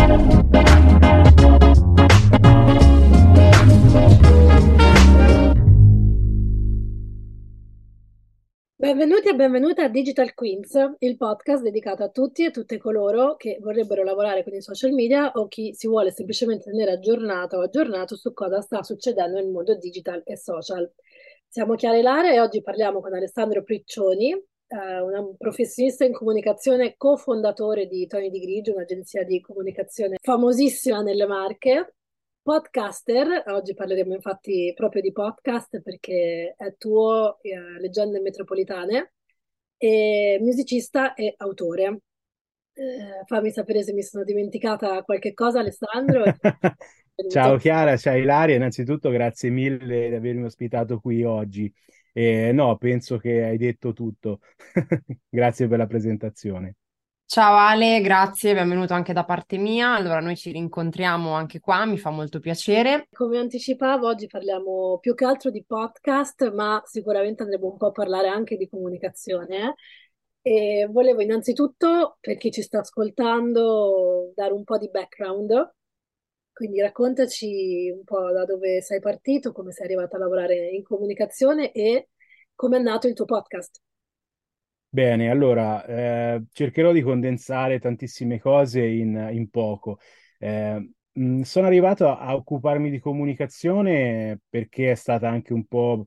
Benvenuti e benvenute a Digital Queens, il podcast dedicato a tutti e tutte coloro che vorrebbero lavorare con i social media o chi si vuole semplicemente tenere aggiornato o aggiornato su cosa sta succedendo nel mondo digital e social. Siamo Chiara e Lara e oggi parliamo con Alessandro Priccioni, un professionista in comunicazione, cofondatore di Tony di Grigio, un'agenzia di comunicazione famosissima nelle Marche. Podcaster, oggi parleremo infatti proprio di podcast perché è tuo, Leggende Metropolitane, e musicista e autore. Fammi sapere se mi sono dimenticata qualche cosa, Alessandro. Ciao Benvenuto. Chiara, ciao Ilaria, innanzitutto grazie mille di avermi ospitato qui oggi. No, penso che hai detto tutto. Grazie per la presentazione. Ciao Ale, grazie, benvenuto anche da parte mia. Allora, noi ci rincontriamo anche qua, mi fa molto piacere. Come anticipavo, oggi parliamo più che altro di podcast, ma sicuramente andremo un po' a parlare anche di comunicazione. E volevo innanzitutto, per chi ci sta ascoltando, dare un po' di background. Quindi raccontaci un po' da dove sei partito, come sei arrivato a lavorare in comunicazione e come è nato il tuo podcast. Bene, allora cercherò di condensare tantissime cose in poco. Sono arrivato a occuparmi di comunicazione perché è stata anche un po'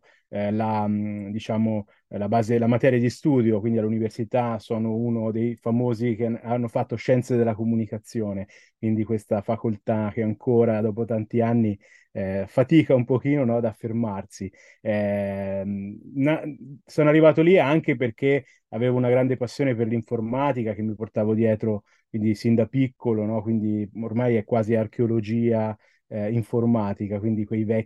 diciamo, la base, la materia di studio, quindi all'università sono uno dei famosi che hanno fatto scienze della comunicazione, quindi questa facoltà che ancora dopo tanti anni fatica un pochino, no, ad affermarsi. Eh, na- Sono arrivato lì anche perché avevo una grande passione per l'informatica che mi portavo dietro, quindi sin da piccolo, no? Quindi ormai è quasi archeologia informatica, quindi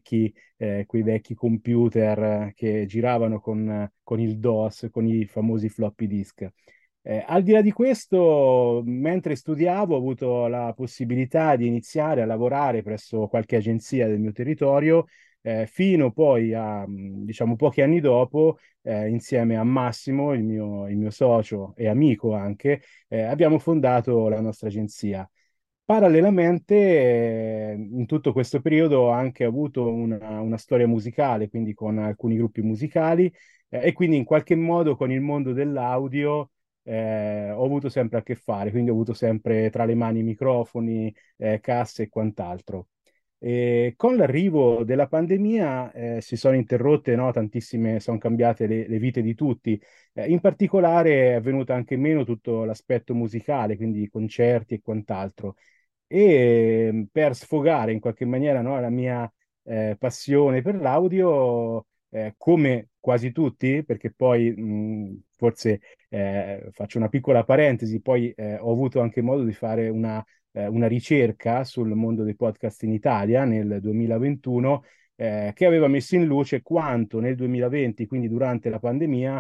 quei vecchi computer che giravano con il DOS, con i famosi floppy disk. Al di là di questo, mentre studiavo, ho avuto la possibilità di iniziare a lavorare presso qualche agenzia del mio territorio, fino poi a, diciamo, pochi anni dopo, insieme a Massimo, il mio socio e amico anche, abbiamo fondato la nostra agenzia. Parallelamente, in tutto questo periodo ho anche avuto una storia musicale, quindi con alcuni gruppi musicali, e quindi in qualche modo con il mondo dell'audio ho avuto sempre a che fare, quindi ho avuto sempre tra le mani microfoni, casse e quant'altro. E con l'arrivo della pandemia si sono interrotte, no, tantissime, sono cambiate le vite di tutti. In particolare è venuto anche meno tutto l'aspetto musicale, quindi concerti e quant'altro. E per sfogare in qualche maniera, no, la mia passione per l'audio, come quasi tutti, perché poi forse faccio una piccola parentesi, poi ho avuto anche modo di fare una ricerca sul mondo dei podcast in Italia nel 2021, che aveva messo in luce quanto nel 2020, quindi durante la pandemia,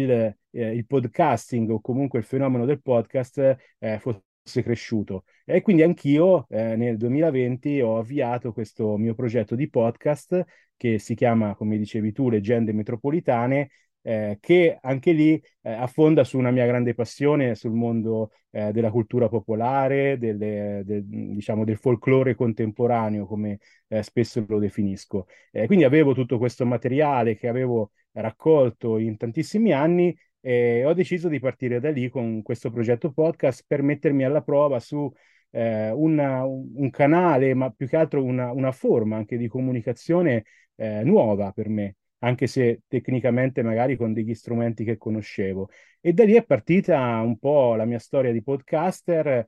il podcasting o comunque il fenomeno del podcast fosse cresciuto. E quindi anch'io nel 2020 ho avviato questo mio progetto di podcast che si chiama, come dicevi tu, Leggende Metropolitane, che anche lì affonda su una mia grande passione sul mondo della cultura popolare, diciamo, del folklore contemporaneo, come spesso lo definisco. Quindi avevo tutto questo materiale che avevo raccolto in tantissimi anni e ho deciso di partire da lì con questo progetto podcast per mettermi alla prova su un canale, ma più che altro una forma anche di comunicazione nuova per me, anche se tecnicamente magari con degli strumenti che conoscevo. E da lì è partita un po' la mia storia di podcaster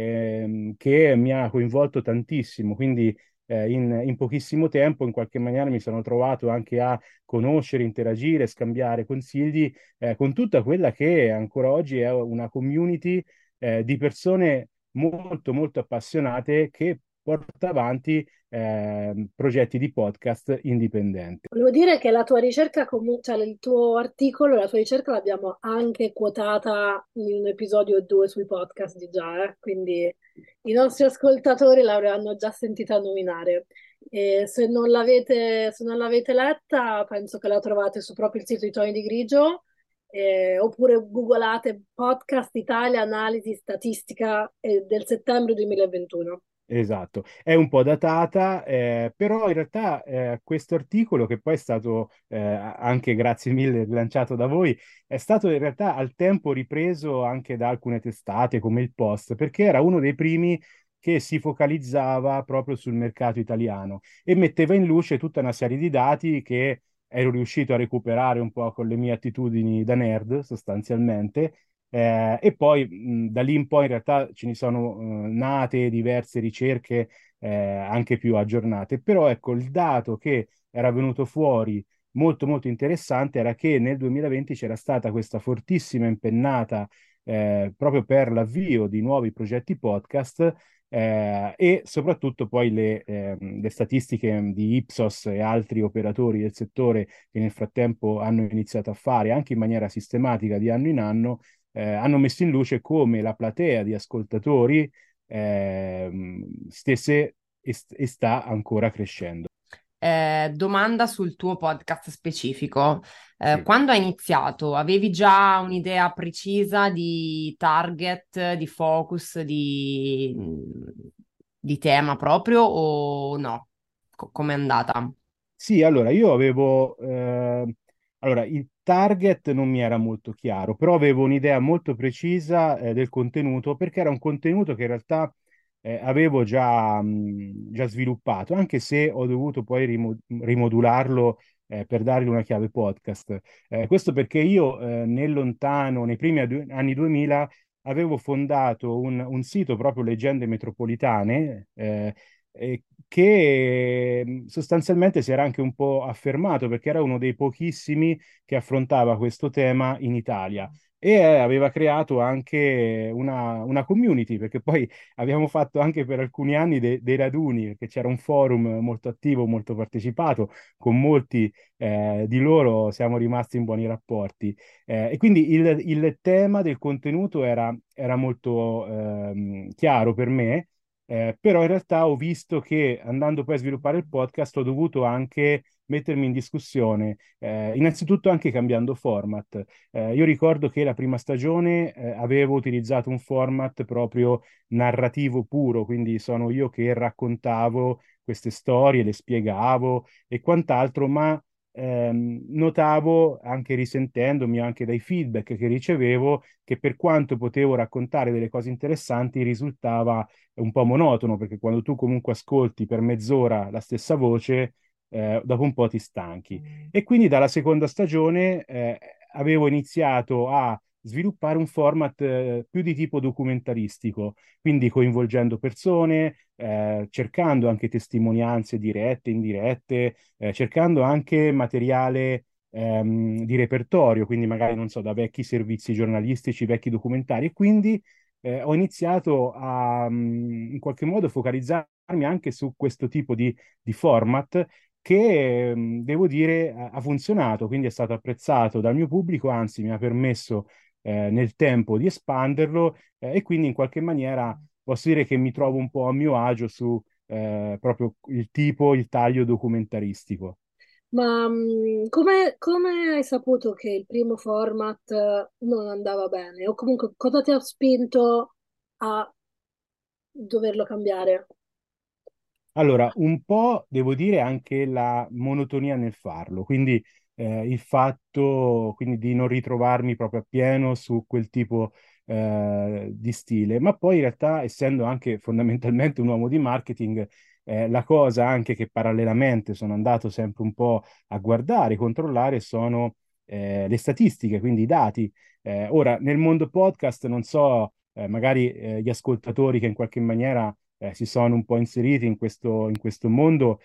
che mi ha coinvolto tantissimo, quindi in pochissimo tempo in qualche maniera mi sono trovato anche a conoscere, interagire, scambiare consigli con tutta quella che ancora oggi è una community di persone molto, molto appassionate che porta avanti progetti di podcast indipendenti. Volevo dire che la tua ricerca, cioè il tuo articolo, la tua ricerca l'abbiamo anche quotata in un episodio o due sui podcast di già, quindi i nostri ascoltatori l'avranno già sentita nominare. E se non l'avete letta, penso che la trovate su proprio il sito di Tony di Grigio oppure googolate podcast Italia analisi statistica del settembre 2021. Esatto, è un po' datata, però in realtà questo articolo, che poi è stato anche grazie mille rilanciato da voi, è stato in realtà al tempo ripreso anche da alcune testate come il Post, perché era uno dei primi che si focalizzava proprio sul mercato italiano e metteva in luce tutta una serie di dati che ero riuscito a recuperare un po' con le mie attitudini da nerd, sostanzialmente. E poi da lì in poi in realtà ce ne sono nate diverse ricerche anche più aggiornate, però ecco il dato che era venuto fuori molto molto interessante era che nel 2020 c'era stata questa fortissima impennata proprio per l'avvio di nuovi progetti podcast e soprattutto poi le statistiche di Ipsos e altri operatori del settore che nel frattempo hanno iniziato a fare anche in maniera sistematica di anno in anno hanno messo in luce come la platea di ascoltatori stesse e sta ancora crescendo. Domanda sul tuo podcast specifico. Sì. Quando hai iniziato, avevi già un'idea precisa di target, di focus, di tema proprio o no? Com'è andata? Sì, allora io avevo, allora il target non mi era molto chiaro, però avevo un'idea molto precisa del contenuto perché era un contenuto che in realtà avevo già sviluppato, anche se ho dovuto poi rimodularlo per dargli una chiave podcast. Questo perché io nel lontano, nei primi anni 2000, avevo fondato un sito proprio Leggende Metropolitane. Che sostanzialmente si era anche un po' affermato perché era uno dei pochissimi che affrontava questo tema in Italia e aveva creato anche una community, perché poi abbiamo fatto anche per alcuni anni dei raduni, perché c'era un forum molto attivo, molto partecipato, con molti di loro siamo rimasti in buoni rapporti. E quindi il tema del contenuto era molto chiaro per me. Però in realtà ho visto che andando poi a sviluppare il podcast ho dovuto anche mettermi in discussione, innanzitutto anche cambiando format. Io ricordo che la prima stagione avevo utilizzato un format proprio narrativo puro, quindi sono io che raccontavo queste storie, le spiegavo e quant'altro, ma notavo, anche risentendomi anche dai feedback che ricevevo, che per quanto potevo raccontare delle cose interessanti, risultava un po' monotono, perché quando tu comunque ascolti per mezz'ora la stessa voce, dopo un po' ti stanchi. E quindi dalla seconda stagione avevo iniziato a sviluppare un format più di tipo documentaristico, quindi coinvolgendo persone, cercando anche testimonianze dirette, indirette, cercando anche materiale di repertorio, quindi magari, non so, da vecchi servizi giornalistici, vecchi documentari, e quindi ho iniziato a in qualche modo focalizzarmi anche su questo tipo di format che devo dire ha funzionato, quindi è stato apprezzato dal mio pubblico, anzi mi ha permesso nel tempo di espanderlo e quindi in qualche maniera posso dire che mi trovo un po' a mio agio su proprio il tipo, il taglio documentaristico. Ma come hai saputo che il primo format non andava bene? O comunque cosa ti ha spinto a doverlo cambiare? Allora, un po' devo dire anche la monotonia nel farlo, quindi il fatto quindi di non ritrovarmi proprio appieno su quel tipo di stile, ma poi in realtà, essendo anche fondamentalmente un uomo di marketing, la cosa anche che parallelamente sono andato sempre un po' a guardare, controllare, sono le statistiche, quindi i dati. Ora, nel mondo podcast, non so, magari gli ascoltatori che in qualche maniera si sono un po' inseriti in questo mondo,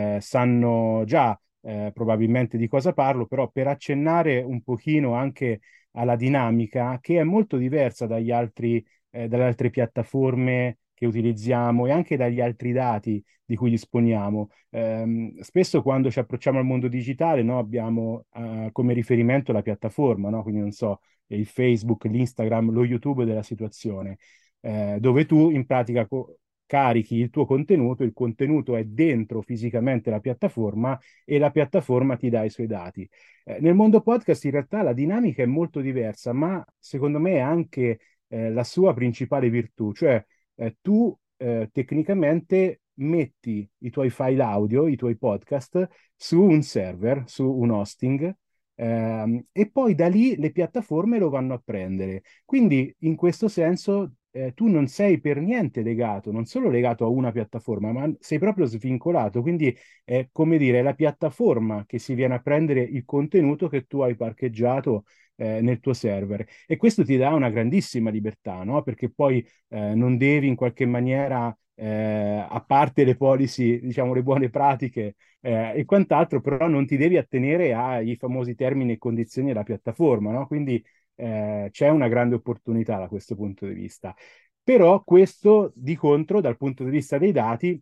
sanno già probabilmente di cosa parlo, però per accennare un pochino anche alla dinamica che è molto diversa dalle altre piattaforme che utilizziamo e anche dagli altri dati di cui disponiamo. Spesso quando ci approcciamo al mondo digitale, no, abbiamo come riferimento la piattaforma, no? Quindi non so, il Facebook, l'Instagram, lo YouTube della situazione, dove tu in pratica carichi il contenuto è dentro fisicamente la piattaforma e la piattaforma ti dà i suoi dati. Nel mondo podcast in realtà la dinamica è molto diversa, ma secondo me è anche la sua principale virtù, cioè tu tecnicamente metti i tuoi file audio, i tuoi podcast su un server, su un hosting, e poi da lì le piattaforme lo vanno a prendere. Quindi in questo senso tu non sei per niente legato, non solo legato a una piattaforma, ma sei proprio svincolato. Quindi è come dire, è la piattaforma che si viene a prendere il contenuto che tu hai parcheggiato nel tuo server. E questo ti dà una grandissima libertà, no? Perché poi non devi in qualche maniera, a parte le policy, diciamo le buone pratiche e quant'altro, però non ti devi attenere ai famosi termini e condizioni della piattaforma, no? Quindi c'è una grande opportunità da questo punto di vista. Però questo di contro, dal punto di vista dei dati,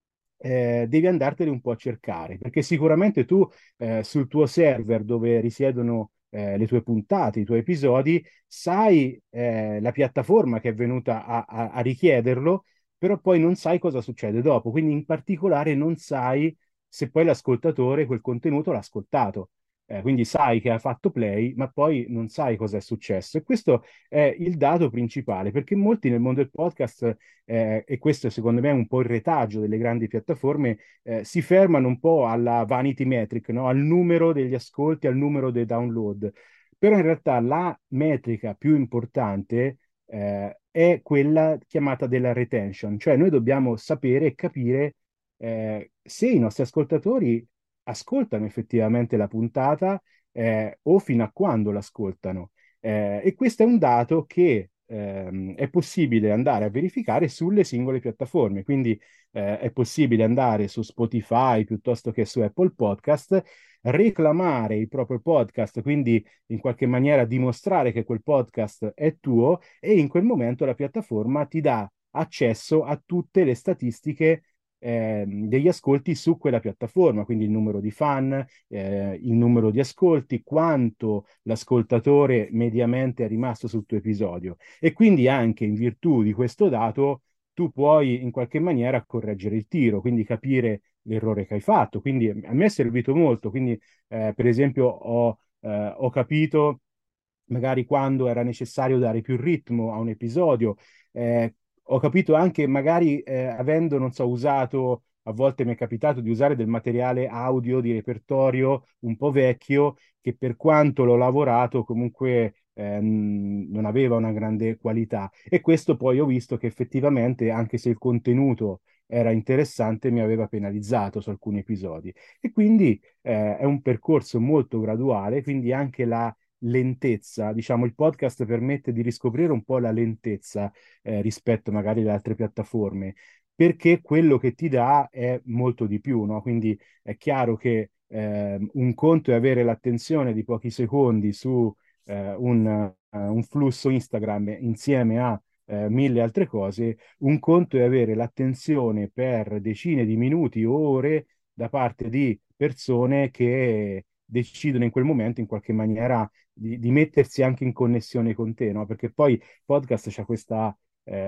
devi andartene un po' a cercare, perché sicuramente tu sul tuo server dove risiedono le tue puntate, i tuoi episodi, sai la piattaforma che è venuta a richiederlo, però poi non sai cosa succede dopo, quindi in particolare non sai se poi l'ascoltatore quel contenuto l'ha ascoltato. Quindi sai che ha fatto play, ma poi non sai cosa è successo. E questo è il dato principale, perché molti nel mondo del podcast e questo secondo me è un po' il retaggio delle grandi piattaforme, si fermano un po' alla vanity metric, no? Al numero degli ascolti, al numero dei download. Però in realtà la metrica più importante è quella chiamata della retention, cioè noi dobbiamo sapere e capire se i nostri ascoltatori ascoltano effettivamente la puntata o fino a quando l'ascoltano. E questo è un dato che è possibile andare a verificare sulle singole piattaforme. Quindi è possibile andare su Spotify piuttosto che su Apple Podcast, reclamare il proprio podcast, quindi in qualche maniera dimostrare che quel podcast è tuo e in quel momento la piattaforma ti dà accesso a tutte le statistiche degli ascolti su quella piattaforma, quindi il numero di fan, il numero di ascolti, quanto l'ascoltatore mediamente è rimasto sul tuo episodio. E quindi anche in virtù di questo dato tu puoi in qualche maniera correggere il tiro, quindi capire l'errore che hai fatto. Quindi a me è servito molto, quindi per esempio ho capito magari quando era necessario dare più ritmo a un episodio. Eh, Ho capito anche, magari avendo, non so, usato, a volte mi è capitato di usare del materiale audio di repertorio un po' vecchio, che per quanto l'ho lavorato comunque non aveva una grande qualità. E questo poi ho visto che effettivamente, anche se il contenuto era interessante, mi aveva penalizzato su alcuni episodi. E quindi è un percorso molto graduale, quindi anche la lentezza, diciamo, il podcast permette di riscoprire un po' la lentezza rispetto magari alle altre piattaforme, perché quello che ti dà è molto di più, no? Quindi è chiaro che un conto è avere l'attenzione di pochi secondi su un flusso Instagram insieme a mille altre cose, un conto è avere l'attenzione per decine di minuti o ore da parte di persone che decidono in quel momento in qualche maniera di mettersi anche in connessione con te, no? Perché poi il podcast c'è questa,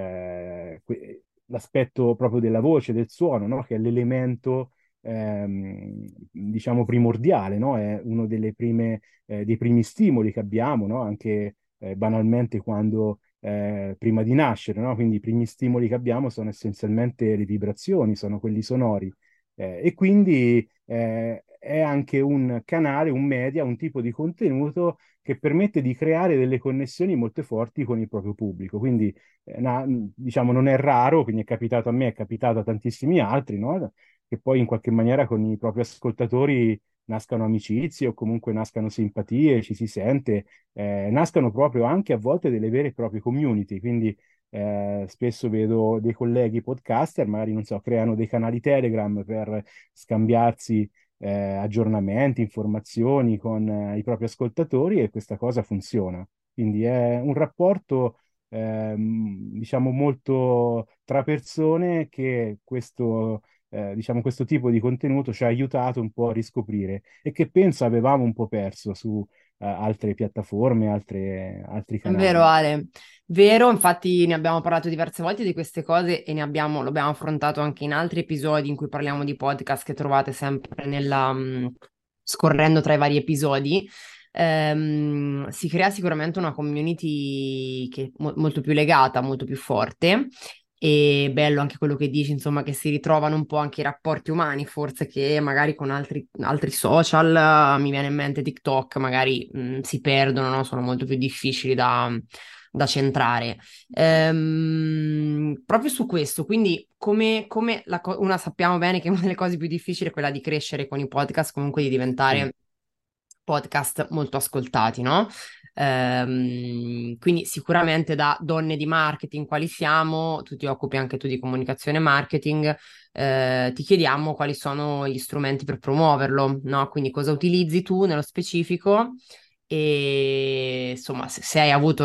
l'aspetto proprio della voce, del suono, no? Che è l'elemento, diciamo, primordiale, no? È uno dei primi stimoli che abbiamo, no? Anche banalmente quando prima di nascere, no? Quindi i primi stimoli che abbiamo sono essenzialmente le vibrazioni, sono quelli sonori. E quindi è anche un canale, un media, un tipo di contenuto che permette di creare delle connessioni molto forti con il proprio pubblico. Quindi, diciamo, non è raro, quindi è capitato a me, è capitato a tantissimi altri, no? Che poi in qualche maniera con i propri ascoltatori nascano amicizie o comunque nascano simpatie, ci si sente, nascano proprio anche a volte delle vere e proprie community. Quindi spesso vedo dei colleghi podcaster, magari non so, creano dei canali Telegram per scambiarsi aggiornamenti, informazioni con i propri ascoltatori e questa cosa funziona. Quindi è un rapporto, diciamo, molto tra persone che diciamo, questo tipo di contenuto ci ha aiutato un po' a riscoprire e che penso avevamo un po' perso altre piattaforme, altri È vero, canali. Ale. Vero, infatti ne abbiamo parlato diverse volte di queste cose e lo abbiamo affrontato anche in altri episodi in cui parliamo di podcast che trovate sempre scorrendo tra i vari episodi. Si crea sicuramente una community che è molto più legata, molto più forte. E bello anche quello che dici, insomma, che si ritrovano un po' anche i rapporti umani, forse che magari con altri social, mi viene in mente TikTok, magari si perdono, no? Sono molto più difficili da centrare. Proprio su questo, quindi una sappiamo bene che una delle cose più difficili è quella di crescere con i podcast, comunque di Sì. diventare podcast molto ascoltati, no? Quindi sicuramente da donne di marketing quali siamo, tu ti occupi anche tu di comunicazione e marketing, ti chiediamo quali sono gli strumenti per promuoverlo, no? Quindi cosa utilizzi tu nello specifico e insomma se hai avuto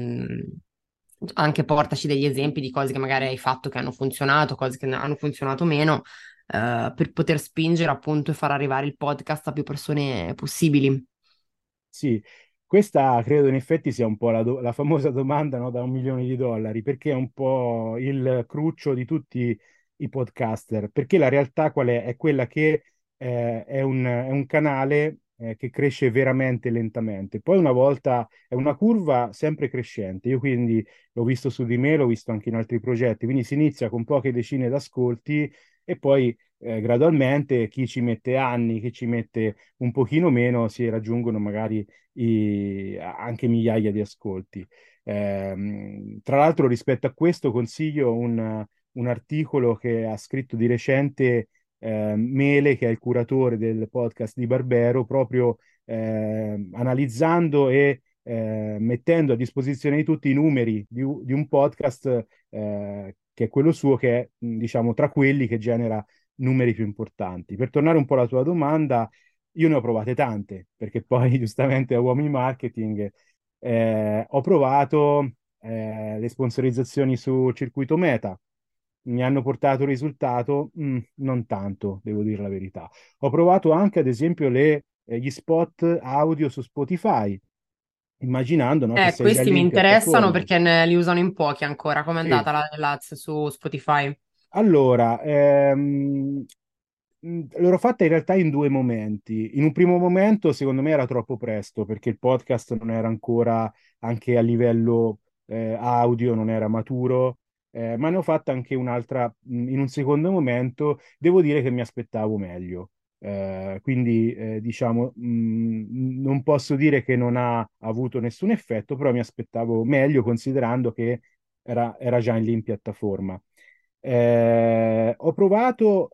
anche portaci degli esempi di cose che magari hai fatto che hanno funzionato, cose che hanno funzionato meno, per poter spingere appunto e far arrivare il podcast a più persone possibili. Sì, questa credo in effetti sia un po' la famosa domanda, no, da $1 milione, perché è un po' il cruccio di tutti i podcaster, perché la realtà qual è? È quella che è un canale che cresce veramente lentamente. Poi una volta è una curva sempre crescente. Io quindi l'ho visto su di me, l'ho visto anche in altri progetti, quindi si inizia con poche decine d'ascolti e poi gradualmente chi ci mette anni, chi ci mette un pochino meno, si raggiungono magari anche migliaia di ascolti. Tra l'altro, rispetto a questo, consiglio un articolo che ha scritto di recente Mele, che è il curatore del podcast di Barbero, proprio analizzando e mettendo a disposizione di tutti i numeri di un podcast che è quello suo, che è, diciamo, tra quelli che genera numeri più importanti. Per tornare un po' alla tua domanda, io ne ho provate tante, perché poi giustamente a uomini marketing ho provato le sponsorizzazioni su circuito Meta. Mi hanno portato un risultato? Non tanto, devo dire la verità. Ho provato anche, ad esempio, gli spot audio su Spotify, immaginando, no, che sei già Questi lì mi in interessano piattaforma. perché li usano in pochi ancora. Com'è Sì. andata l'Ads su Spotify? Allora, l'ho fatta in realtà in due momenti. In un primo momento, secondo me, era troppo presto perché il podcast non era ancora, anche a livello audio, non era maturo, ma ne ho fatta anche un'altra in un secondo momento. Devo dire che mi aspettavo meglio. Quindi, diciamo, non posso dire che non ha avuto nessun effetto, però mi aspettavo meglio considerando che era già lì in piattaforma. Ho provato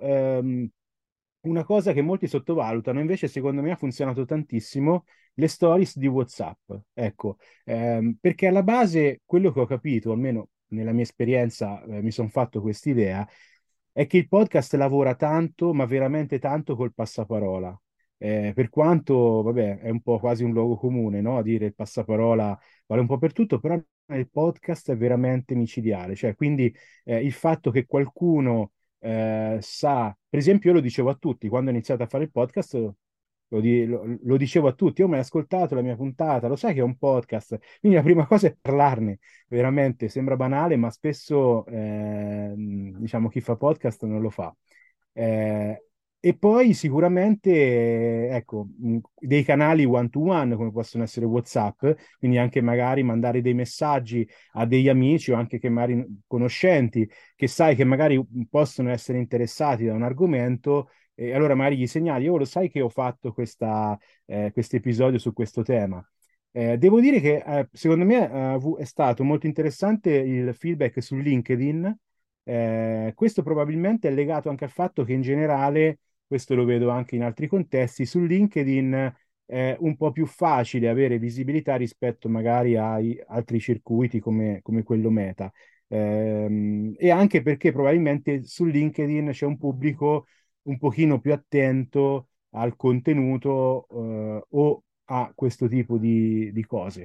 una cosa che molti sottovalutano, invece secondo me ha funzionato tantissimo, le stories di WhatsApp. Ecco, perché alla base quello che ho capito, almeno nella mia esperienza, mi sono fatto quest'idea, è che il podcast lavora tanto, ma veramente tanto col passaparola. Per quanto, vabbè, è un po' quasi un luogo comune, no? A dire il passaparola vale un po' per tutto, però il podcast è veramente micidiale. Cioè, quindi il fatto che qualcuno sa, per esempio, io lo dicevo a tutti quando ho iniziato a fare il podcast, lo dicevo a tutti, oh, ma hai ascoltato la mia puntata, lo sai che è un podcast? Quindi la prima cosa è parlarne, veramente sembra banale, ma spesso diciamo chi fa podcast non lo fa. Eh, e poi sicuramente, ecco, dei canali one to one come possono essere WhatsApp, quindi anche magari mandare dei messaggi a degli amici o anche che magari conoscenti che sai che magari possono essere interessati da un argomento e allora magari gli segnali, oh, lo sai che ho fatto questo episodio su questo tema. Devo dire che secondo me è stato molto interessante il feedback su LinkedIn. Questo probabilmente è legato anche al fatto che in generale, questo lo vedo anche in altri contesti, su LinkedIn è un po' più facile avere visibilità rispetto magari ai altri circuiti come quello Meta. E anche perché probabilmente su LinkedIn c'è un pubblico un pochino più attento al contenuto o a questo tipo di cose.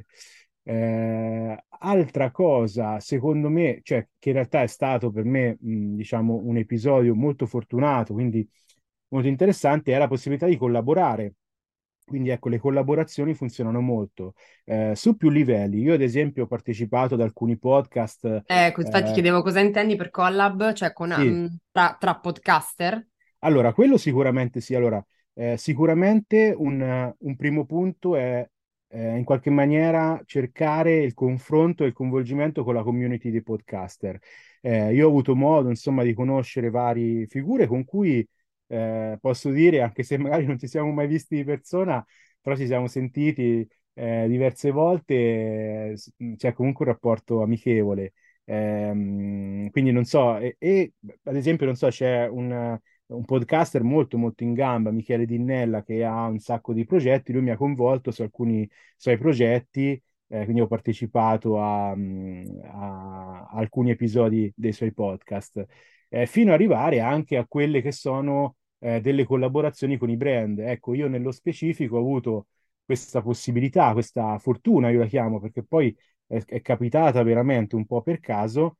Altra cosa, secondo me, cioè che in realtà è stato per me, diciamo, un episodio molto fortunato, quindi molto interessante, è la possibilità di collaborare Quindi ecco, le collaborazioni funzionano molto su più livelli. Io ad esempio ho partecipato ad alcuni podcast, Ecco, infatti chiedevo cosa intendi per collab, cioè sì. tra podcaster. Allora, quello sicuramente sì. Allora, sicuramente un primo punto è in qualche maniera cercare il confronto e il coinvolgimento con la community dei podcaster. Io ho avuto modo, insomma, di conoscere varie figure con cui posso dire, anche se magari non ci siamo mai visti di persona, però ci siamo sentiti diverse volte, c'è comunque un rapporto amichevole. Quindi non so, ad esempio, non so, c'è un podcaster molto molto in gamba, Michele Dinnella, che ha un sacco di progetti. Lui mi ha coinvolto su alcuni suoi progetti, quindi ho partecipato a alcuni episodi dei suoi podcast, fino ad arrivare anche a quelle che sono delle collaborazioni con i brand. Ecco, io nello specifico ho avuto questa possibilità, questa fortuna, io la chiamo, perché poi è capitata veramente un po' per caso.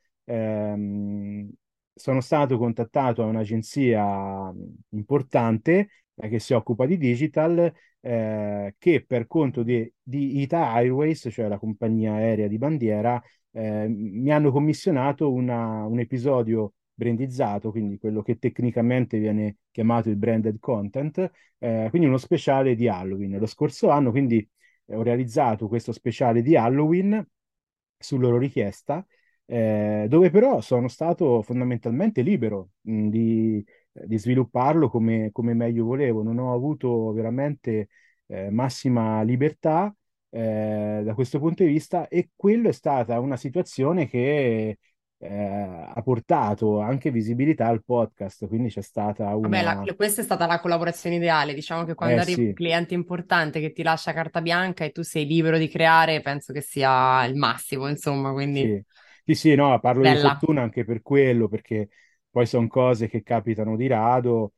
Sono stato contattato da un'agenzia importante che si occupa di digital, che per conto di Ita Airways, cioè la compagnia aerea di bandiera, mi hanno commissionato un episodio brandizzato, quindi quello che tecnicamente viene chiamato il branded content, quindi uno speciale di Halloween. Lo scorso anno, quindi, ho realizzato questo speciale di Halloween su loro richiesta, dove però sono stato fondamentalmente libero di svilupparlo come meglio volevo. Non ho avuto veramente massima libertà da questo punto di vista, e quello è stata una situazione che ha portato anche visibilità al podcast, quindi c'è stata Vabbè, una... questa è stata la collaborazione ideale. Diciamo che quando Eh arriva un sì, cliente importante che ti lascia carta bianca e tu sei libero di creare, penso che sia il massimo, insomma, quindi sì, sì, sì, no, parlo di bella. fortuna anche per quello, perché poi sono cose che capitano di rado,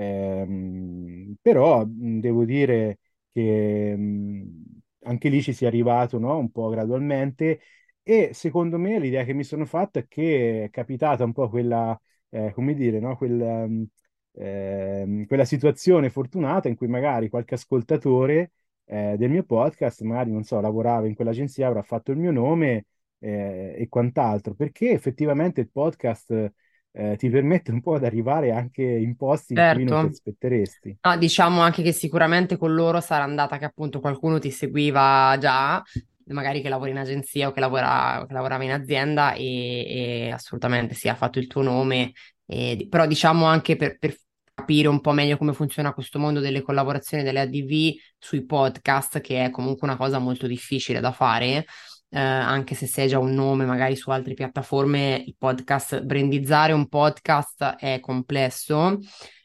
però devo dire che anche lì ci si è arrivato, no, un po' gradualmente, e secondo me l'idea che mi sono fatta è che è capitata un po' quella, come dire, no, quella situazione fortunata in cui magari qualche ascoltatore del mio podcast, magari, non so, lavorava in quell'agenzia, avrà fatto il mio nome e quant'altro, perché effettivamente il podcast ti permette un po' di arrivare anche in posti in cui non ti Certo. aspetteresti. No, diciamo anche che sicuramente con loro sarà andata che appunto qualcuno ti seguiva già, magari che lavora in agenzia o che lavorava in azienda e assolutamente sì, ha fatto il tuo nome. Però diciamo anche per capire un po' meglio come funziona questo mondo delle collaborazioni delle ADV sui podcast, che è comunque una cosa molto difficile da fare, anche se sei già un nome magari su altre piattaforme, il podcast, brandizzare un podcast è complesso.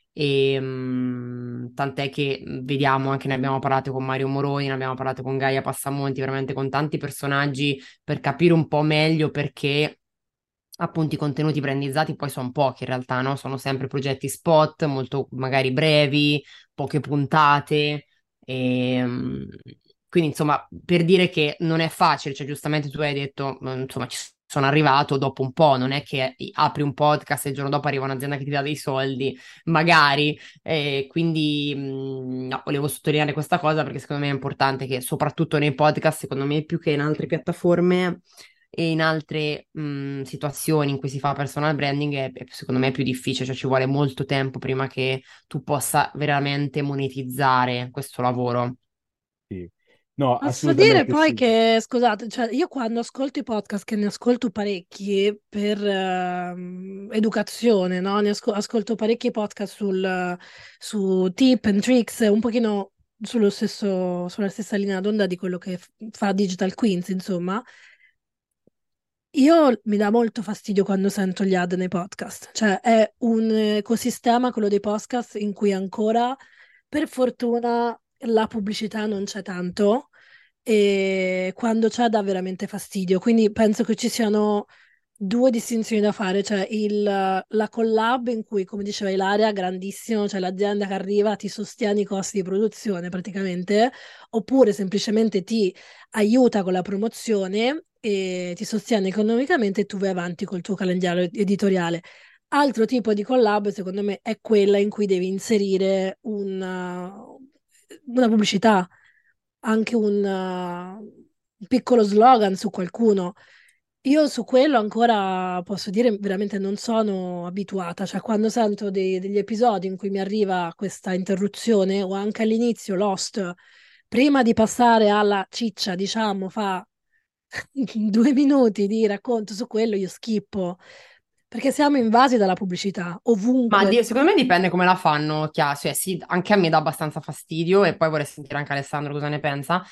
Tant'è che vediamo, anche ne abbiamo parlato con Mario Moroni, ne abbiamo parlato con Gaia Passamonti, veramente con tanti personaggi per capire un po' meglio perché appunto i contenuti brandizzati poi sono pochi in realtà, no? Sono sempre progetti spot, molto magari brevi, poche puntate. E, quindi insomma, per dire che non è facile, cioè giustamente tu hai detto, insomma, ci sono arrivato dopo un po', non è che apri un podcast e il giorno dopo arriva un'azienda che ti dà dei soldi, magari. Quindi no, volevo sottolineare questa cosa perché secondo me è importante che soprattutto nei podcast, secondo me più che in altre piattaforme e in altre situazioni in cui si fa personal branding secondo me è più difficile, cioè ci vuole molto tempo prima che tu possa veramente monetizzare questo lavoro. Sì. No, Posso dire assolutamente poi sì. che, scusate, cioè io quando ascolto i podcast, che ne ascolto parecchi per educazione, no? Ascolto parecchi podcast su tip and tricks, un pochino sulla stessa linea d'onda di quello che fa Digital Queens, insomma. Io mi dà molto fastidio quando sento gli ad nei podcast, cioè è un ecosistema, quello dei podcast, in cui ancora, per fortuna, la pubblicità non c'è tanto e quando c'è dà veramente fastidio. Quindi penso che ci siano due distinzioni da fare, cioè la collab in cui, come diceva Ilaria, grandissimo, cioè l'azienda che arriva ti sostiene i costi di produzione praticamente, oppure semplicemente ti aiuta con la promozione e ti sostiene economicamente e tu vai avanti col tuo calendario editoriale. Altro tipo di collab, secondo me, è quella in cui devi inserire una pubblicità, anche un piccolo slogan su qualcuno. Io su quello ancora posso dire veramente non sono abituata, cioè quando sento degli episodi in cui mi arriva questa interruzione o anche all'inizio Lost, prima di passare alla ciccia, diciamo, fa 2 minuti di racconto su quello, io schippo, perché siamo invasi dalla pubblicità, Ma ovunque. secondo me dipende come la fanno, cioè sì, anche a me dà abbastanza fastidio e poi vorrei sentire anche Alessandro cosa ne pensa.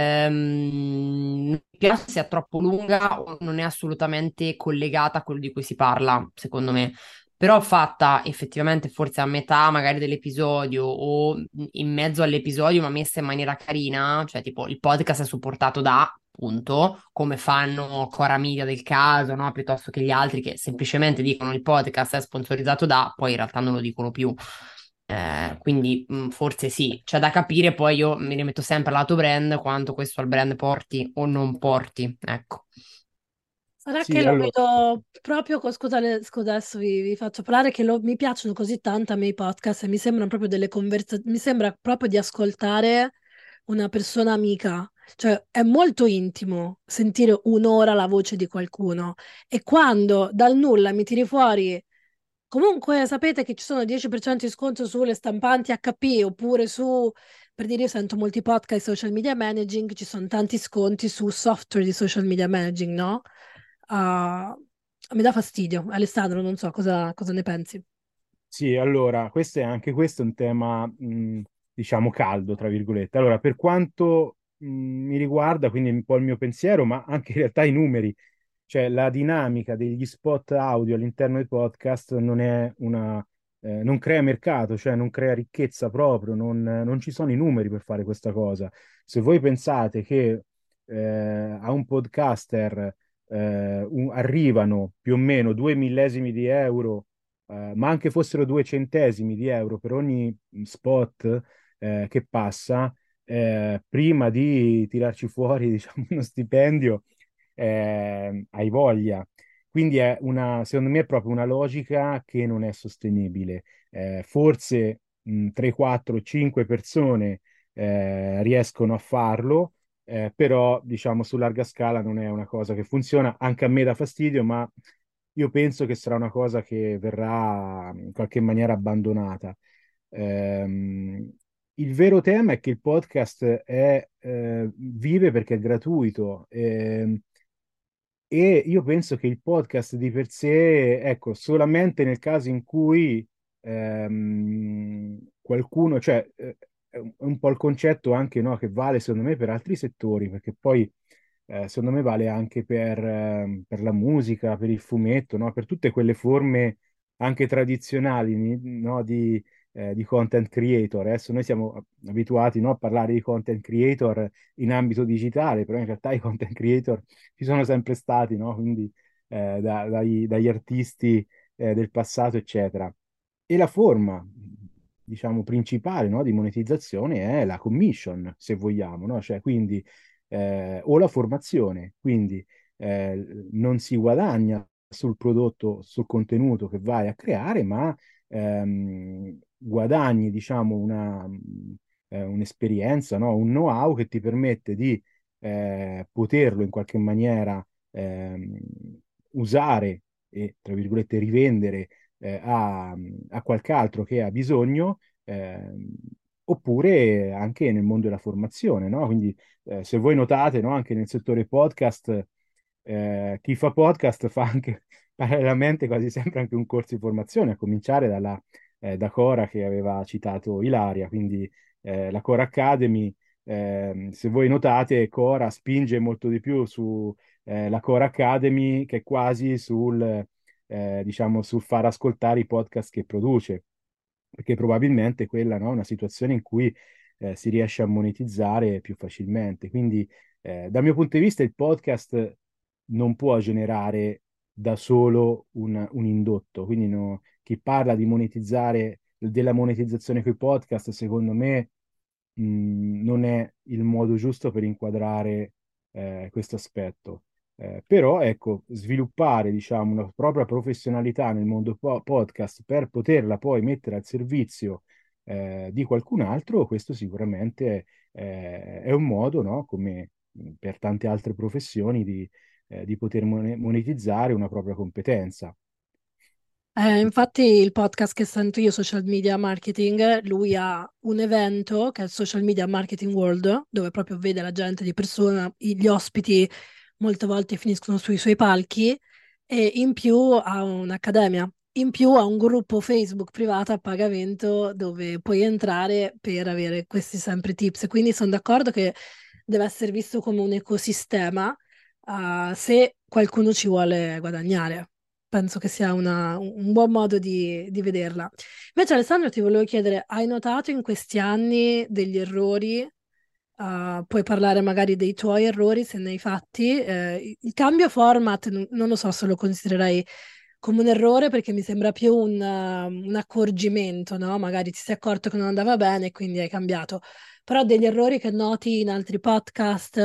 Mi piace se è troppo lunga o non è assolutamente collegata a quello di cui si parla, secondo me. Però fatta effettivamente forse a metà magari dell'episodio o in mezzo all'episodio, ma messa in maniera carina, cioè tipo il podcast è supportato da, punto, come fanno Cora Media del caso, no? Piuttosto che gli altri che semplicemente dicono il podcast è sponsorizzato da, poi in realtà non lo dicono più. Quindi forse sì, c'è da capire, poi io mi rimetto sempre al lato brand, quanto questo al brand porti o non porti, ecco. Sarà che Sì, lo allora, vedo proprio, scusa, scusa, adesso vi faccio parlare, che mi piacciono così tanto a me i podcast e mi sembrano proprio delle conversazioni, mi sembra proprio di ascoltare una persona amica, cioè è molto intimo sentire un'ora la voce di qualcuno e quando dal nulla mi tiri fuori, comunque sapete che ci sono 10% di sconto sulle stampanti HP oppure su, per dire io sento molti podcast social media managing, ci sono tanti sconti su software di social media managing, no? Ah, mi dà fastidio. Alessandro, non so cosa ne pensi. sì, allora, anche questo è un tema, diciamo, caldo, tra virgolette. Allora, per quanto, mi riguarda, quindi un po' il mio pensiero, ma anche in realtà i numeri, cioè la dinamica degli spot audio all'interno dei podcast non crea mercato, cioè non crea ricchezza proprio, non ci sono i numeri per fare questa cosa. Se voi pensate che a un podcaster arrivano più o meno 2 millesimi di euro, ma anche fossero 2 centesimi di euro per ogni spot che passa, prima di tirarci fuori, diciamo, uno stipendio, hai voglia. Quindi secondo me è proprio una logica che non è sostenibile. Forse 3, 4, 5 persone riescono a farlo, però diciamo su larga scala non è una cosa che funziona. Anche a me dà fastidio, ma io penso che sarà una cosa che verrà in qualche maniera abbandonata. Ehm, il vero tema è che il podcast vive perché è gratuito. E io penso che il podcast di per sé, ecco, solamente nel caso in cui qualcuno, cioè, è un po' il concetto anche, no, che vale secondo me per altri settori, perché poi secondo me vale anche per la musica, per il fumetto, no, per tutte quelle forme anche tradizionali, no, di content creator. Adesso noi siamo abituati, no, a parlare di content creator in ambito digitale, però in realtà i content creator ci sono sempre stati, no? Quindi dagli artisti del passato, eccetera. E la forma, diciamo, principale, no, di monetizzazione è la commission, se vogliamo, no? Cioè, quindi, o la formazione, quindi non si guadagna sul prodotto, sul contenuto che vai a creare, ma guadagni, diciamo, un'esperienza, no? Un know-how che ti permette di poterlo in qualche maniera ehm, usare e, tra virgolette, rivendere a qualche altro che ha bisogno, oppure anche nel mondo della formazione, no? Quindi, se voi notate, no, anche nel settore podcast, chi fa podcast fa anche parallelamente quasi sempre anche un corso di formazione, a cominciare da Cora che aveva citato Ilaria, quindi la Cora Academy. Se voi notate, Cora spinge molto di più su la Core Academy che quasi diciamo, sul far ascoltare i podcast che produce, perché probabilmente quella, no, è una situazione in cui si riesce a monetizzare più facilmente. Quindi, dal mio punto di vista, il podcast non può generare da solo un indotto. Quindi, chi parla di monetizzare, della monetizzazione con i podcast, secondo me, non è il modo giusto per inquadrare questo aspetto. Però ecco, sviluppare diciamo una propria professionalità nel mondo podcast per poterla poi mettere al servizio di qualcun altro, questo sicuramente è un modo, no? Come per tante altre professioni, di poter monetizzare una propria competenza. Infatti il podcast che sento io, Social Media Marketing, lui ha un evento che è il Social Media Marketing World, dove proprio vede la gente di persona, gli ospiti molte volte finiscono sui suoi palchi e in più ha un'accademia, in più ha un gruppo Facebook privato a pagamento dove puoi entrare per avere questi sempre tips. Quindi sono d'accordo che deve essere visto come un ecosistema, se qualcuno ci vuole guadagnare. Penso che sia un buon modo di vederla. Invece, Alessandro, ti volevo chiedere, hai notato in questi anni degli errori? Puoi parlare magari dei tuoi errori se ne hai fatti. Il cambio format non lo so se lo considererei come un errore perché mi sembra più un accorgimento, no? Magari ti sei accorto che non andava bene e quindi hai cambiato. Però degli errori che noti in altri podcast,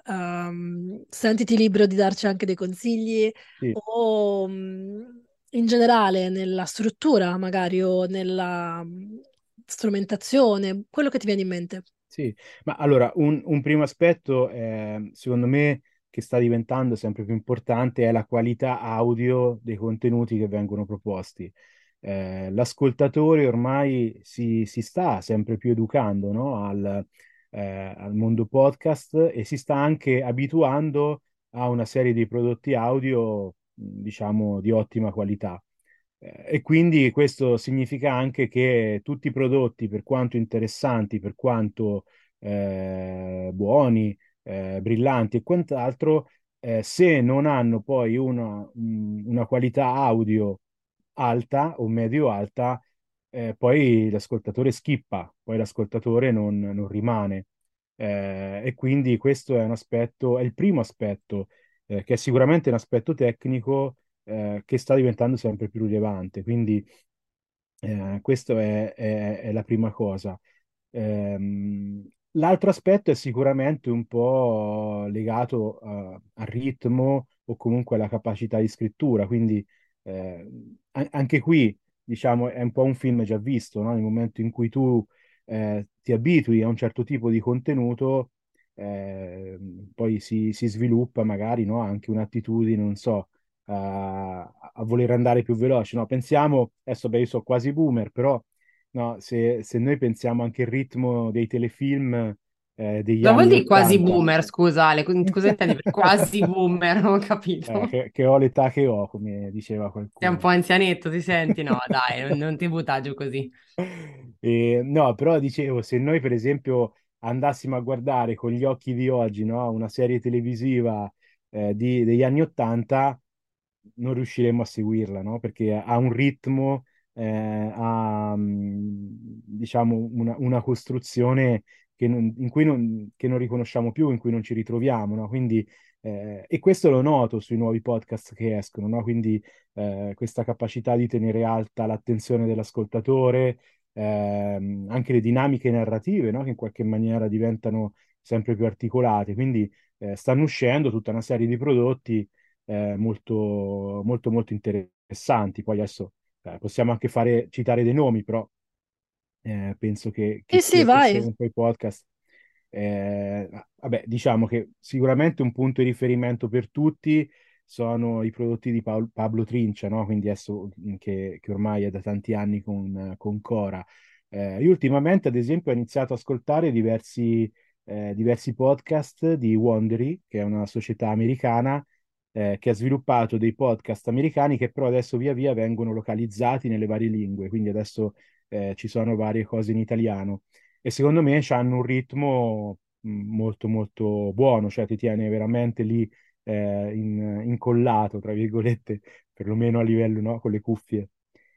sentiti libero di darci anche dei consigli Sì. o in generale nella struttura, magari, o nella strumentazione, quello che ti viene in mente. Sì, ma allora un primo aspetto, secondo me, che sta diventando sempre più importante è la qualità audio dei contenuti che vengono proposti. L'ascoltatore ormai si sta sempre più educando, no, al mondo podcast e si sta anche abituando a una serie di prodotti audio, diciamo, di ottima qualità. E quindi questo significa anche che tutti i prodotti, per quanto interessanti, per quanto buoni, brillanti e quant'altro, se non hanno poi una qualità audio alta o medio-alta, poi l'ascoltatore skippa, poi l'ascoltatore non rimane. E quindi questo è un aspetto, è il primo aspetto, che è sicuramente un aspetto tecnico che sta diventando sempre più rilevante. Quindi questo è la prima cosa. L'altro aspetto è sicuramente un po' legato al ritmo o comunque alla capacità di scrittura. Quindi eh, anche qui, diciamo, è un po' un film già visto, no? Nel momento in cui tu ti abitui a un certo tipo di contenuto, eh, poi si sviluppa magari, no? Anche un'attitudine, non so, a voler andare più veloce. No, pensiamo, adesso beh, io sono quasi boomer, però no, se noi pensiamo anche al ritmo dei telefilm degli Cosa vuol anni dire quasi 80, boomer, scusa Ale? Cosa intendi per quasi boomer? Non ho capito. che ho l'età che ho, come diceva Sei un po' qualcuno. anzianetto, ti senti? No, dai, non ti buttare giù così. No, però dicevo, se noi per esempio andassimo a guardare con gli occhi di oggi, no, una serie televisiva degli anni 80, non riusciremmo a seguirla, no? Perché ha un ritmo, ha diciamo una costruzione in cui che non riconosciamo più, in cui non ci ritroviamo, no? Quindi, e questo lo noto sui nuovi podcast che escono, no? Quindi questa capacità di tenere alta l'attenzione dell'ascoltatore, anche le dinamiche narrative, no? Che in qualche maniera diventano sempre più articolate. Quindi stanno uscendo tutta una serie di prodotti molto, molto, molto interessanti. Poi adesso possiamo anche citare dei nomi, però penso Sì, che chi sì, vai. segue un po' i podcast, vabbè, diciamo che sicuramente un punto di riferimento per tutti sono i prodotti di Pablo Trincia, no? Quindi adesso che ormai è da tanti anni con Cora. Io ultimamente, ad esempio, ho iniziato ad ascoltare diversi podcast di Wondery, che è una società americana che ha sviluppato dei podcast americani che però adesso via via vengono localizzati nelle varie lingue, quindi adesso ci sono varie cose in italiano e secondo me hanno un ritmo molto molto buono, cioè ti tiene veramente lì incollato, tra virgolette, perlomeno a livello, no, con le cuffie.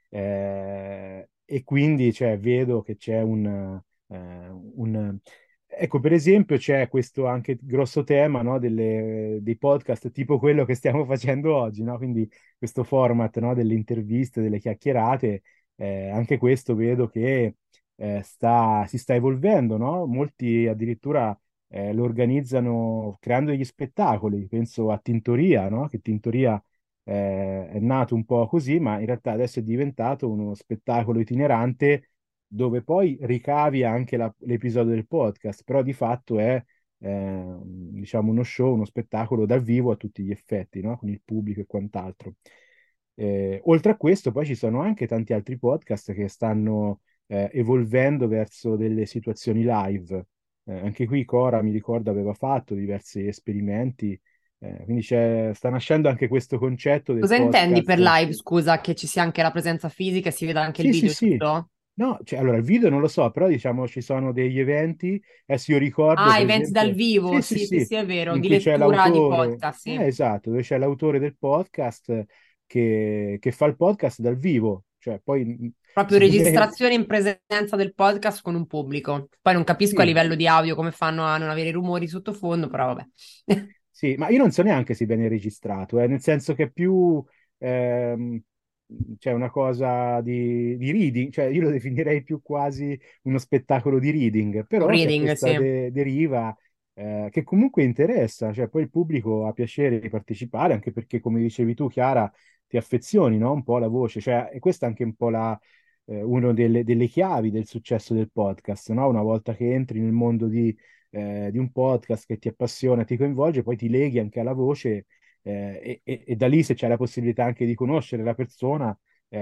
E quindi cioè, vedo che c'è un... Ecco, per esempio, c'è questo anche grosso tema, no, dei podcast tipo quello che stiamo facendo oggi, no? Quindi questo format, no, delle interviste, delle chiacchierate, anche questo vedo che si sta evolvendo, no? Molti addirittura lo organizzano creando degli spettacoli, penso a Tintoria, no? Che Tintoria è nato un po' così, ma in realtà adesso è diventato uno spettacolo itinerante dove poi ricavi anche l'episodio del podcast, però di fatto è diciamo uno show, uno spettacolo dal vivo a tutti gli effetti, no? Con il pubblico e quant'altro. Oltre a questo, poi ci sono anche tanti altri podcast che stanno evolvendo verso delle situazioni live. Anche qui Cora, mi ricordo, aveva fatto diversi esperimenti, quindi sta nascendo anche questo concetto del Cosa intendi per podcast. live? Scusa, che ci sia anche la presenza fisica e si veda anche il Sì, sì, video, sì. giusto? No, cioè, allora il video non lo so, però diciamo ci sono degli eventi, adesso io ricordo Ah, per eventi dal esempio, vivo, sì, sì, sì, sì, sì, sì, è vero, in di cui c'è lettura di l'autore, podcast, sì. esatto, dove c'è l'autore del podcast che fa il podcast dal vivo, cioè poi Proprio siccome, registrazione in presenza del podcast con un pubblico. Poi non capisco a sì, livello di audio come fanno a non avere rumori sottofondo, però vabbè. sì, ma io non so neanche se viene registrato, nel senso che è più ehm, c'è una cosa di reading, cioè io lo definirei più quasi uno spettacolo di reading, Un però c'è reading, questa sì. deriva che comunque interessa, cioè poi il pubblico ha piacere di partecipare, anche perché come dicevi tu, Chiara, ti affezioni, no? Un po' alla voce, cioè, e questa è anche un po' una delle chiavi del successo del podcast, no? Una volta che entri nel mondo di un podcast che ti appassiona, ti coinvolge, poi ti leghi anche alla voce e da lì se c'è la possibilità anche di conoscere la persona,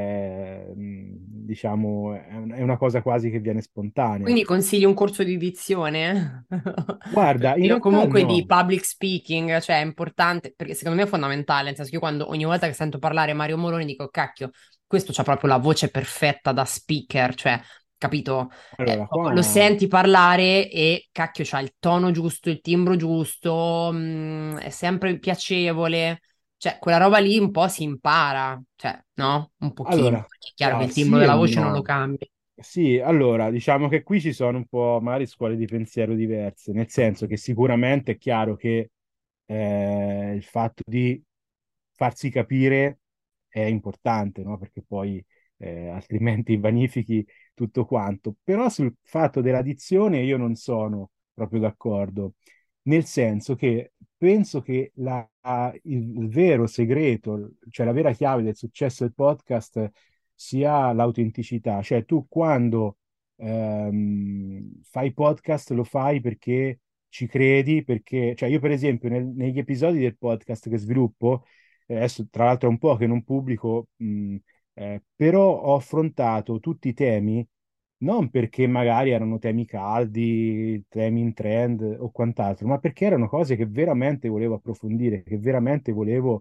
diciamo, è una cosa quasi che viene spontanea. Quindi consigli un corso di dizione? Guarda, in O realtà comunque di no. public speaking, cioè è importante, perché secondo me è fondamentale, nel senso che io quando ogni volta che sento parlare Mario Moroni dico, cacchio, questo c'ha proprio la voce perfetta da speaker, cioè, capito? Allora, Proprio lo qua senti parlare e cacchio, c'ha il tono giusto, il timbro giusto, è sempre piacevole. Cioè, quella roba lì un po' si impara, cioè, no? Un pochino, allora, perché è chiaro che il timbro sì e della voce non lo no. cambi. Sì, allora, diciamo che qui ci sono un po' magari scuole di pensiero diverse, nel senso che sicuramente è chiaro che il fatto di farsi capire è importante, no? Perché poi altrimenti vanifichi tutto quanto. Però sul fatto della dizione io non sono proprio d'accordo, nel senso che penso che il vero segreto, cioè la vera chiave del successo del podcast sia l'autenticità. Cioè tu quando fai podcast lo fai perché ci credi, perché, cioè io per esempio negli episodi del podcast che sviluppo, adesso tra l'altro è un po' che non pubblico, però ho affrontato tutti i temi non perché magari erano temi caldi, temi in trend o quant'altro, ma perché erano cose che veramente volevo approfondire, che veramente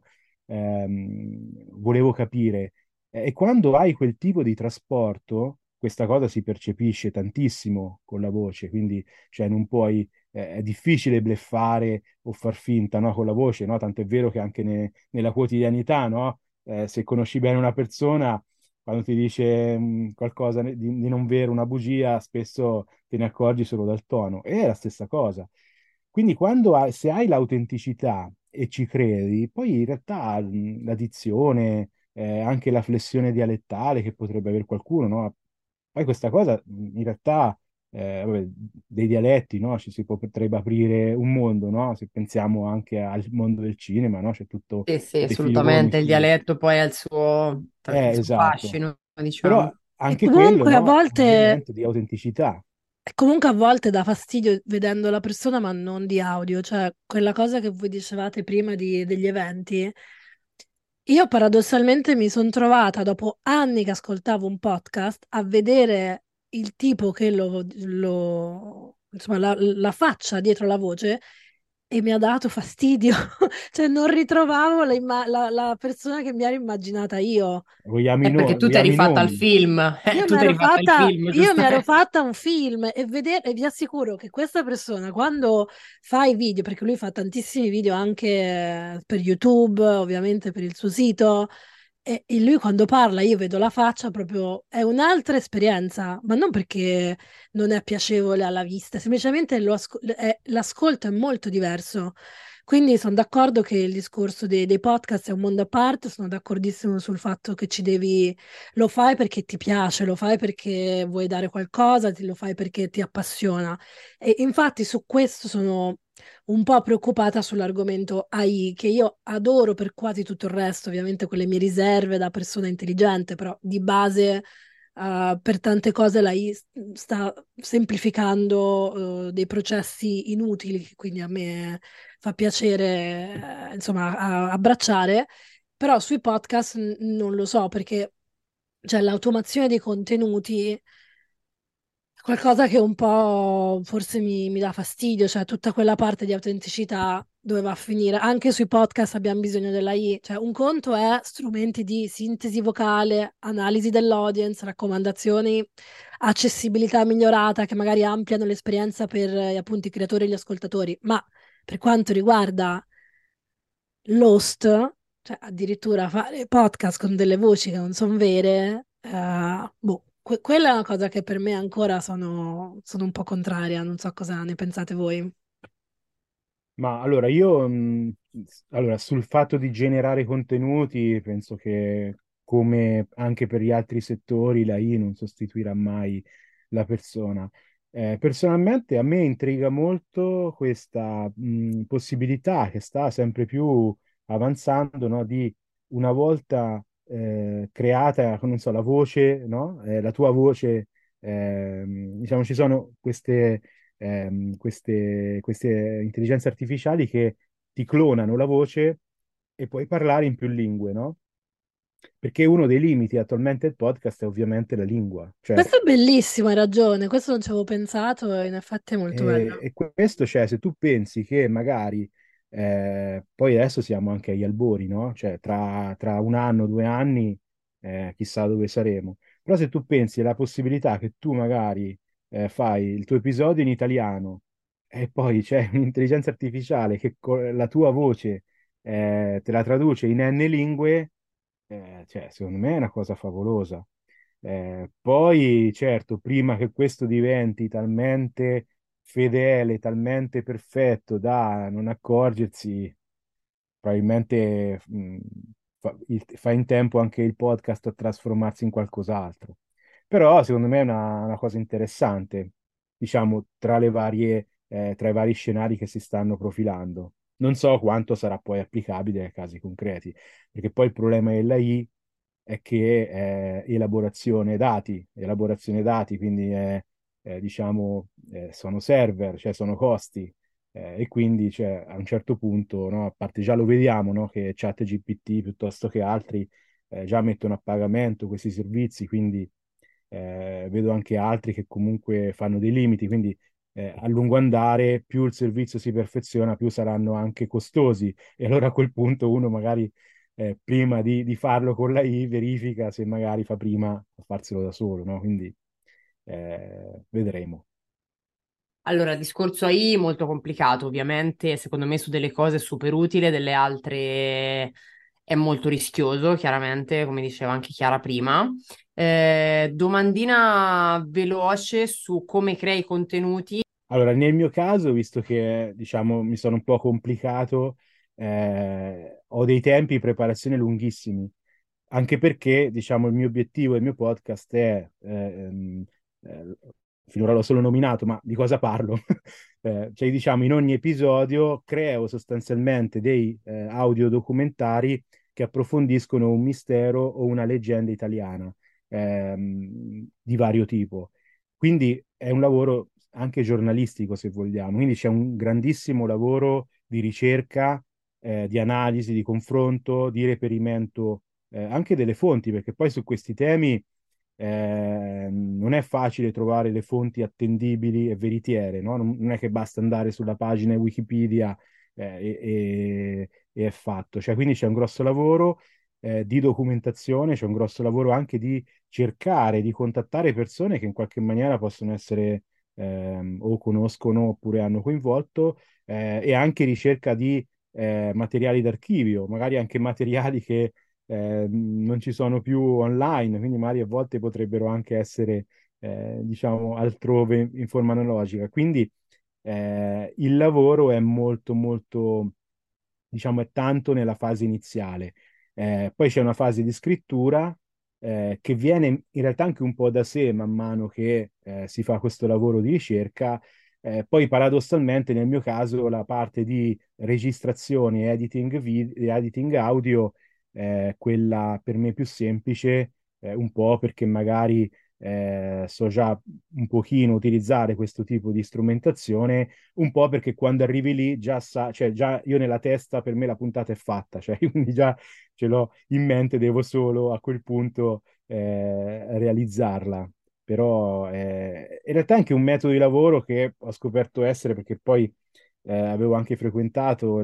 volevo capire. E quando hai quel tipo di trasporto, questa cosa si percepisce tantissimo con la voce, quindi cioè, non puoi, è difficile bleffare o far finta, no, con la voce, no? Tanto è vero che anche nella quotidianità, no? Se conosci bene una persona quando ti dice qualcosa di non vero, una bugia, spesso te ne accorgi solo dal tono. E è la stessa cosa. Quindi se hai l'autenticità e ci credi, poi in realtà la dizione, anche la flessione dialettale che potrebbe avere qualcuno, no? Poi questa cosa in realtà, vabbè, dei dialetti, no? Potrebbe aprire un mondo, no? Se pensiamo anche al mondo del cinema, no? C'è tutto Sì, sì, dei filoni assolutamente. Il su... dialetto poi ha il suo Esatto. fascino, diciamo. Però E anche quello, comunque a no, è un volte, elemento di autenticità. comunque a volte dà fastidio vedendo la persona, ma non di audio, cioè quella cosa che voi dicevate prima degli eventi. Io paradossalmente mi sono trovata dopo anni che ascoltavo un podcast a vedere il tipo che insomma, la faccia dietro la voce e mi ha dato fastidio, cioè non ritrovavo la persona che mi ero immaginata io. Perché tu ti eri Vogliamo i fatta il nomi. film, tu ti eri fatta il film, Io mi ero giustamente. fatta un film e, e vi assicuro che questa persona, quando fa i video, perché lui fa tantissimi video anche per YouTube, ovviamente per il suo sito, e lui quando parla, io vedo la faccia, proprio è un'altra esperienza, ma non perché non è piacevole alla vista, semplicemente l'ascolto è molto diverso. Quindi sono d'accordo che il discorso dei podcast è un mondo a parte, sono d'accordissimo sul fatto che ci devi lo fai perché ti piace, lo fai perché vuoi dare qualcosa, lo fai perché ti appassiona. E infatti su questo sono un po' preoccupata sull'argomento AI, che io adoro per quasi tutto il resto, ovviamente con le mie riserve da persona intelligente, però di base per tante cose la AI sta semplificando dei processi inutili, quindi a me fa piacere, insomma, abbracciare, però sui podcast non lo so perché cioè, l'automazione dei contenuti è qualcosa che un po' forse mi dà fastidio, cioè tutta quella parte di autenticità dove va a finire. Anche sui podcast abbiamo bisogno della I, cioè un conto è strumenti di sintesi vocale, analisi dell'audience, raccomandazioni, accessibilità migliorata che magari ampliano l'esperienza per appunto i creatori e gli ascoltatori, ma per quanto riguarda l'host, cioè addirittura fare podcast con delle voci che non sono vere, boh, quella è una cosa che per me ancora sono un po' contraria, non so cosa ne pensate voi. Ma allora io, allora, sul fatto di generare contenuti, penso che come anche per gli altri settori, la I non sostituirà mai la persona. Personalmente a me intriga molto questa, possibilità che sta sempre più avanzando, no, di una volta creata, non so, la voce, no? La tua voce, diciamo, ci sono queste intelligenze artificiali che ti clonano la voce e puoi parlare in più lingue, no? Perché uno dei limiti attualmente del podcast è ovviamente la lingua. Cioè, Questo è bellissimo, hai ragione, questo non ci avevo pensato e in effetti è molto bello. e questo, cioè, se tu pensi che magari, poi adesso siamo anche agli albori, no? Cioè, tra un anno, 2 anni, chissà dove saremo. Però se tu pensi alla possibilità che tu magari fai il tuo episodio in italiano e poi c'è un'intelligenza artificiale che con la tua voce te la traduce in N lingue, cioè, secondo me è una cosa favolosa. Poi, certo, prima che questo diventi talmente fedele, talmente perfetto da non accorgersi, probabilmente fa in tempo anche il podcast a trasformarsi in qualcos'altro. Però, secondo me è una cosa interessante, diciamo, tra i vari scenari che si stanno profilando. Non so quanto sarà poi applicabile ai casi concreti, perché poi il problema dell'AI è che è elaborazione dati, quindi diciamo, sono server, cioè sono costi, e quindi cioè, a un certo punto, no, a parte già lo vediamo, no, che ChatGPT piuttosto che altri già mettono a pagamento questi servizi, quindi vedo anche altri che comunque fanno dei limiti, quindi a lungo andare più il servizio si perfeziona, più saranno anche costosi e allora a quel punto uno magari prima di farlo con la I verifica se magari fa prima a farselo da solo, no? Quindi vedremo. Allora, discorso AI molto complicato, ovviamente, secondo me su delle cose super utile, delle altre è molto rischioso, chiaramente, come diceva anche Chiara prima. Domandina veloce su come crei contenuti. Allora, nel mio caso, visto che diciamo mi sono un po' complicato, ho dei tempi di preparazione lunghissimi, anche perché diciamo il mio obiettivo e il mio podcast è, eh, finora l'ho solo nominato, ma di cosa parlo? Cioè, diciamo, in ogni episodio creo sostanzialmente dei audiodocumentari che approfondiscono un mistero o una leggenda italiana di vario tipo. Quindi è un lavoro anche giornalistico, se vogliamo. Quindi c'è un grandissimo lavoro di ricerca, di analisi, di confronto, di reperimento anche delle fonti, perché poi su questi temi non è facile trovare le fonti attendibili e veritiere, no? Non è che basta andare sulla pagina Wikipedia e è fatto. Cioè, quindi c'è un grosso lavoro di documentazione, c'è un grosso lavoro anche di cercare di contattare persone che in qualche maniera possono essere o conoscono oppure hanno coinvolto e anche ricerca di materiali d'archivio, magari anche materiali che non ci sono più online, quindi magari a volte potrebbero anche essere, diciamo, altrove in forma analogica. Quindi il lavoro è molto, molto, diciamo, è tanto nella fase iniziale. Poi c'è una fase di scrittura che viene in realtà anche un po' da sé man mano che si fa questo lavoro di ricerca. Poi paradossalmente nel mio caso la parte di registrazione e editing audio quella per me più semplice, un po' perché magari so già un pochino utilizzare questo tipo di strumentazione, un po' perché quando arrivi lì già cioè già io nella testa per me la puntata è fatta, cioè quindi già ce l'ho in mente, devo solo a quel punto realizzarla. Però in realtà è anche un metodo di lavoro che ho scoperto essere, perché poi avevo anche frequentato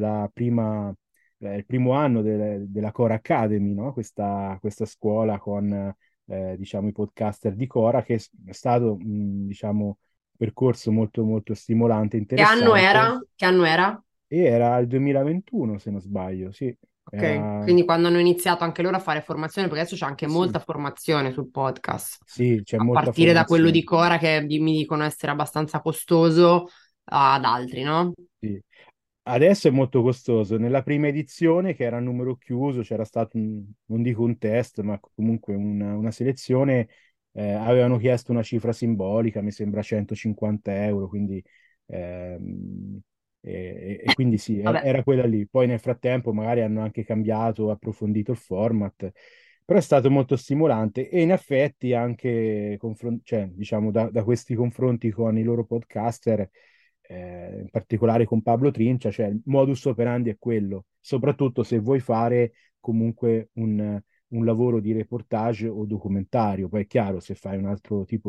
il primo anno della Cora Academy, no? Questa scuola con diciamo, i podcaster di Cora, che è stato diciamo, un percorso molto, molto stimolante, Che anno interessante, era? Che anno era? e era il 2021, se non sbaglio, sì, Ok, era... quindi quando hanno iniziato anche loro a fare formazione, perché adesso c'è anche Sì, sì, molta formazione sul podcast, sì, c'è a molta partire da quello di formazione. Cora che mi dicono essere abbastanza costoso ad altri, no? Sì. Adesso è molto costoso. Nella prima edizione, che era a numero chiuso, c'era stato, non dico un test, ma comunque una selezione, avevano chiesto una cifra simbolica, mi sembra 150 euro, quindi, ehm, e quindi sì, Vabbè. era quella lì. Poi nel frattempo magari hanno anche cambiato, approfondito il format, però è stato molto stimolante e in effetti anche, cioè, diciamo, da questi confronti con i loro podcaster, in particolare con Pablo Trincia, cioè il modus operandi è quello, soprattutto se vuoi fare comunque un lavoro di reportage o documentario. Poi è chiaro, se fai un altro tipo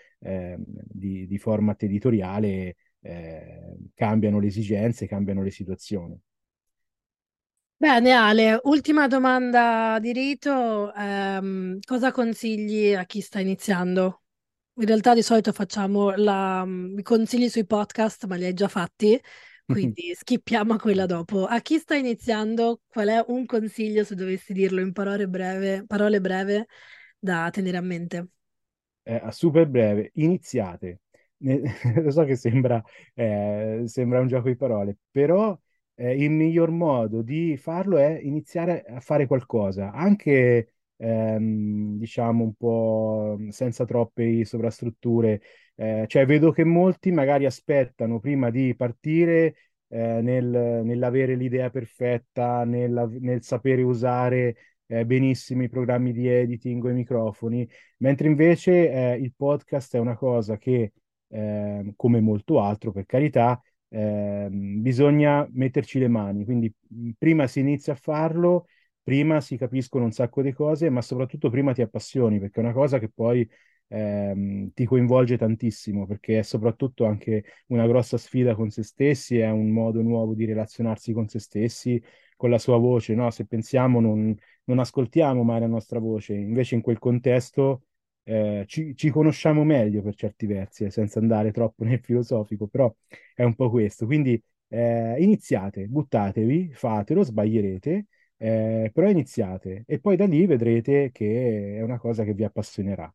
di format editoriale, cambiano le esigenze, cambiano le situazioni. Bene, Ale, ultima domanda di rito. Cosa consigli a chi sta iniziando? In realtà di solito facciamo i consigli sui podcast, ma li hai già fatti, quindi skippiamo a quella dopo. A chi sta iniziando, qual è un consiglio, se dovessi dirlo in parole breve, da tenere a mente? A super breve, iniziate. Lo so che sembra un gioco di parole, però il miglior modo di farlo è iniziare a fare qualcosa, anche diciamo un po' senza troppe sovrastrutture. Cioè, vedo che molti magari aspettano prima di partire nell'avere l'idea perfetta, nel sapere usare benissimo i programmi di editing o i microfoni. Mentre invece il podcast è una cosa che, come molto altro, per carità, bisogna metterci le mani. Quindi prima si inizia a farlo, prima si capiscono un sacco di cose, ma soprattutto prima ti appassioni, perché è una cosa che poi ti coinvolge tantissimo, perché è soprattutto anche una grossa sfida con se stessi, è un modo nuovo di relazionarsi con se stessi, con la sua voce, no? Se pensiamo, non ascoltiamo mai la nostra voce, invece in quel contesto ci conosciamo meglio per certi versi, senza andare troppo nel filosofico, però è un po' questo. Quindi iniziate, buttatevi, fatelo, sbaglierete, però iniziate e poi da lì vedrete che è una cosa che vi appassionerà.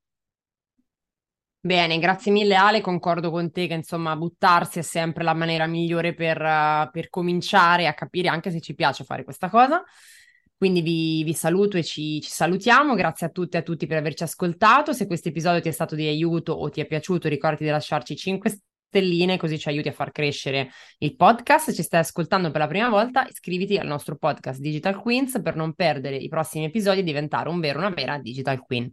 Bene, grazie mille Ale, concordo con te che insomma buttarsi è sempre la maniera migliore per cominciare a capire anche se ci piace fare questa cosa. Quindi vi saluto e ci salutiamo. Grazie a tutte e a tutti per averci ascoltato. Se questo episodio ti è stato di aiuto o ti è piaciuto, ricordati di lasciarci 5 stelline così ci aiuti a far crescere il podcast. Se ci stai ascoltando per la prima volta, iscriviti al nostro podcast Digital Queens per non perdere i prossimi episodi e diventare un vero, una vera Digital Queen.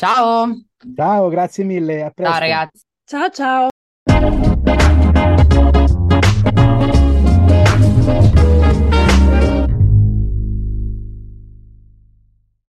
Ciao! Ciao, grazie mille, a Ciao presto. ragazzi! Ciao ciao!